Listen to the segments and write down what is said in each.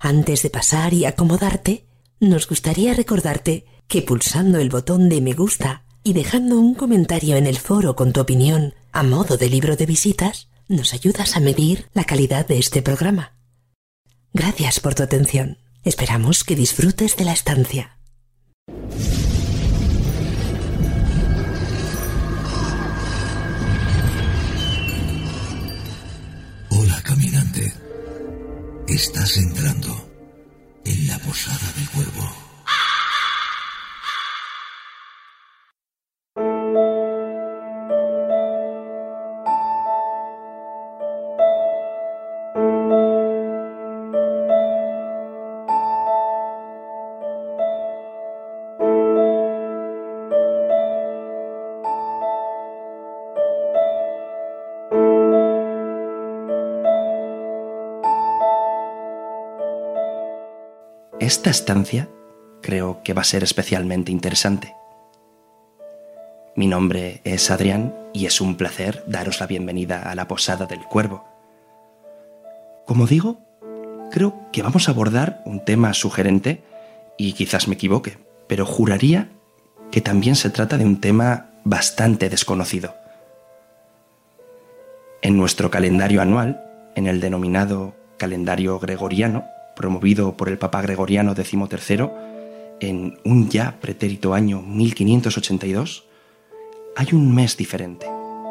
Antes de pasar y acomodarte, nos gustaría recordarte que pulsando el botón de me gusta y dejando un comentario en el foro con tu opinión a modo de libro de visitas, nos ayudas a medir la calidad de este programa. Gracias por tu atención. Esperamos que disfrutes de la estancia. Hola, caminante. Estás entrando en la posada del cuervo. Esta estancia creo que va a ser especialmente interesante. Mi nombre es Adrián y es un placer daros la bienvenida a la Posada del Cuervo. Como digo, creo que vamos a abordar un tema sugerente y quizás me equivoque, pero juraría que también se trata de un tema bastante desconocido. En nuestro calendario anual, en el denominado calendario gregoriano, promovido por el Papa Gregoriano XIII en un ya pretérito año 1582, hay un mes diferente.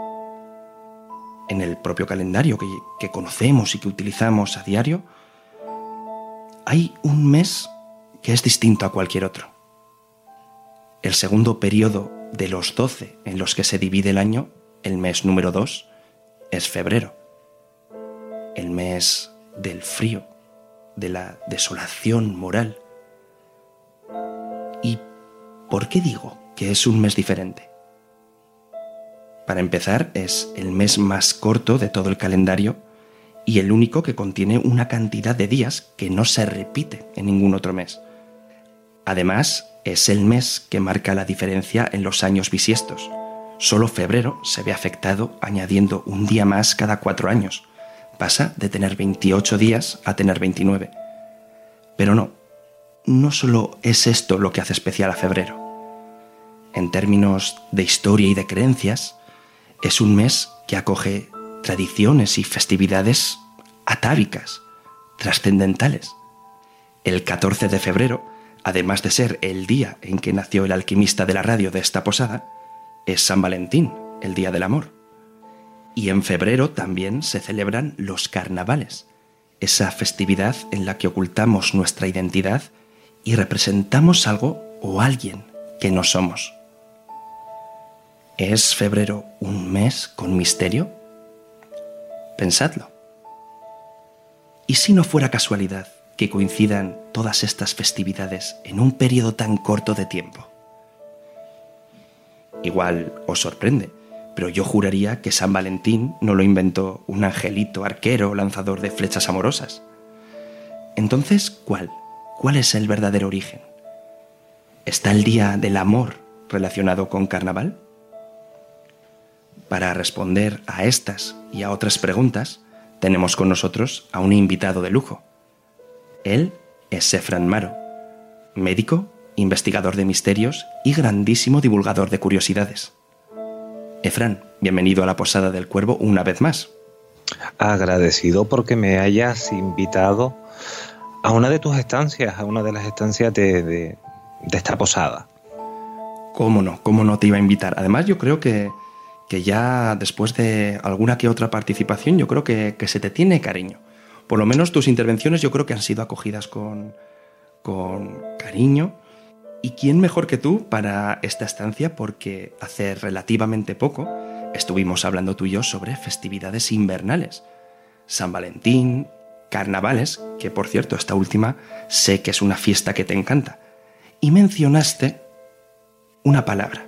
En el propio calendario que conocemos y que utilizamos a diario, hay un mes que es distinto a cualquier otro. El segundo periodo de los 12 en los que se divide el año, el mes número 2, es febrero. El mes del frío, de la desolación moral. ¿Y por qué digo que es un mes diferente? Para empezar, es el mes más corto de todo el calendario y el único que contiene una cantidad de días que no se repite en ningún otro mes. Además, es el mes que marca la diferencia en los años bisiestos. Solo febrero se ve afectado añadiendo un día más cada 4 años. Pasa de tener 28 días a tener 29. Pero no solo es esto lo que hace especial a febrero. En términos de historia y de creencias, es un mes que acoge tradiciones y festividades atávicas, trascendentales. El 14 de febrero, además de ser el día en que nació el alquimista de la radio de esta posada, es San Valentín, el Día del Amor. Y en febrero también se celebran los carnavales, esa festividad en la que ocultamos nuestra identidad y representamos algo o alguien que no somos. ¿Es febrero un mes con misterio? Pensadlo. ¿Y si no fuera casualidad que coincidan todas estas festividades en un periodo tan corto de tiempo? Igual os sorprende, pero yo juraría que San Valentín no lo inventó un angelito arquero lanzador de flechas amorosas. Entonces, ¿cuál es el verdadero origen? ¿Está el Día del Amor relacionado con carnaval? Para responder a estas y a otras preguntas, tenemos con nosotros a un invitado de lujo. Él es Efran Maro, médico, investigador de misterios y grandísimo divulgador de curiosidades. Efran, bienvenido a la Posada del Cuervo una vez más. Agradecido porque me hayas invitado a una de tus estancias, a una de las estancias de esta posada. ¿Cómo no te iba a invitar? Además, yo creo que ya después de alguna que otra participación, yo creo que se te tiene cariño. Por lo menos tus intervenciones yo creo que han sido acogidas con cariño. ¿Y quién mejor que tú para esta estancia? Porque hace relativamente poco estuvimos hablando tú y yo sobre festividades invernales. San Valentín, carnavales, que por cierto, esta última sé que es una fiesta que te encanta. Y mencionaste una palabra.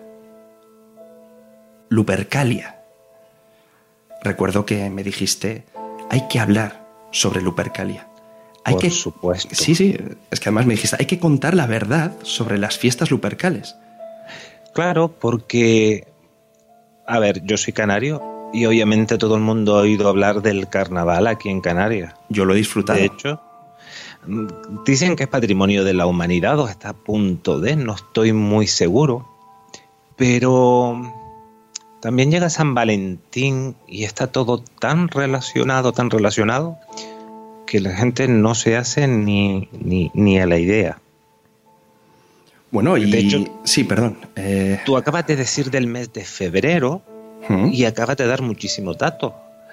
Lupercalia. Recuerdo que me dijiste, hay que hablar sobre Lupercalia. Por supuesto. Sí, es que además me dijiste, hay que contar la verdad sobre las fiestas lupercales. Claro, porque, a ver, yo soy canario y obviamente todo el mundo ha oído hablar del carnaval aquí en Canarias. Yo lo he disfrutado. De hecho, Dicen que es patrimonio de la humanidad o está a punto de, no estoy muy seguro. Pero también llega San Valentín y está todo tan relacionado, que la gente no se hace ni a la idea. Bueno, y... De hecho, sí, perdón. Tú acabas de decir del mes de febrero y acabas de dar muchísimos datos.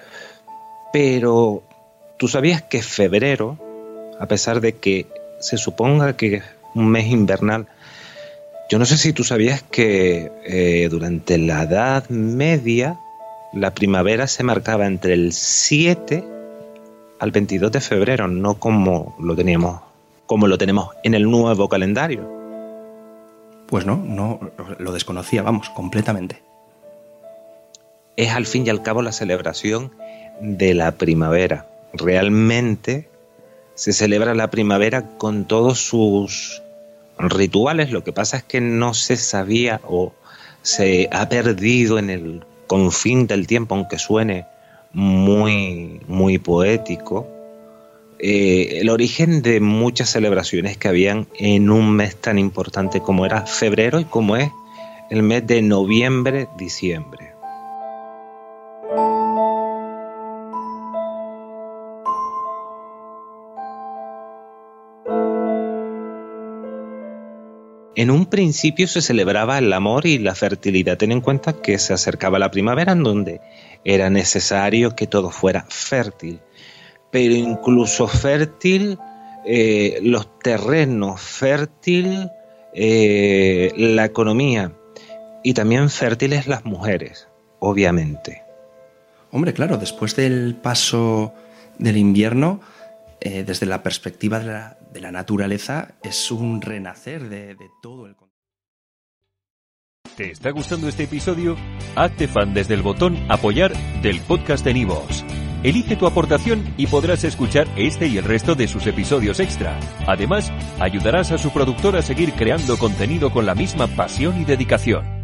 Pero tú sabías que febrero, a pesar de que se suponga que es un mes invernal, yo no sé si tú sabías que durante la Edad Media la primavera se marcaba entre el 7 al 22 de febrero, no como lo tenemos en el nuevo calendario. Pues no lo desconocía, vamos, completamente. Es al fin y al cabo la celebración de la primavera. Realmente se celebra la primavera con todos sus rituales. Lo que pasa es que no se sabía o se ha perdido en el confín del tiempo, aunque suene muy, muy poético, el origen de muchas celebraciones que habían en un mes tan importante como era febrero y como es el mes de noviembre, diciembre. En un principio se celebraba el amor y la fertilidad. Ten en cuenta que se acercaba la primavera, en donde era necesario que todo fuera fértil. Pero incluso fértil, los terrenos, fértil la economía y también fértiles las mujeres, obviamente. Hombre, claro, después del paso del invierno, desde la perspectiva de la naturaleza, es un renacer de todo el... ¿Te está gustando este episodio? Hazte fan desde el botón Apoyar del podcast de Nivos. Elige tu aportación y podrás escuchar este y el resto de sus episodios extra. Además, ayudarás a su productor a seguir creando contenido con la misma pasión y dedicación.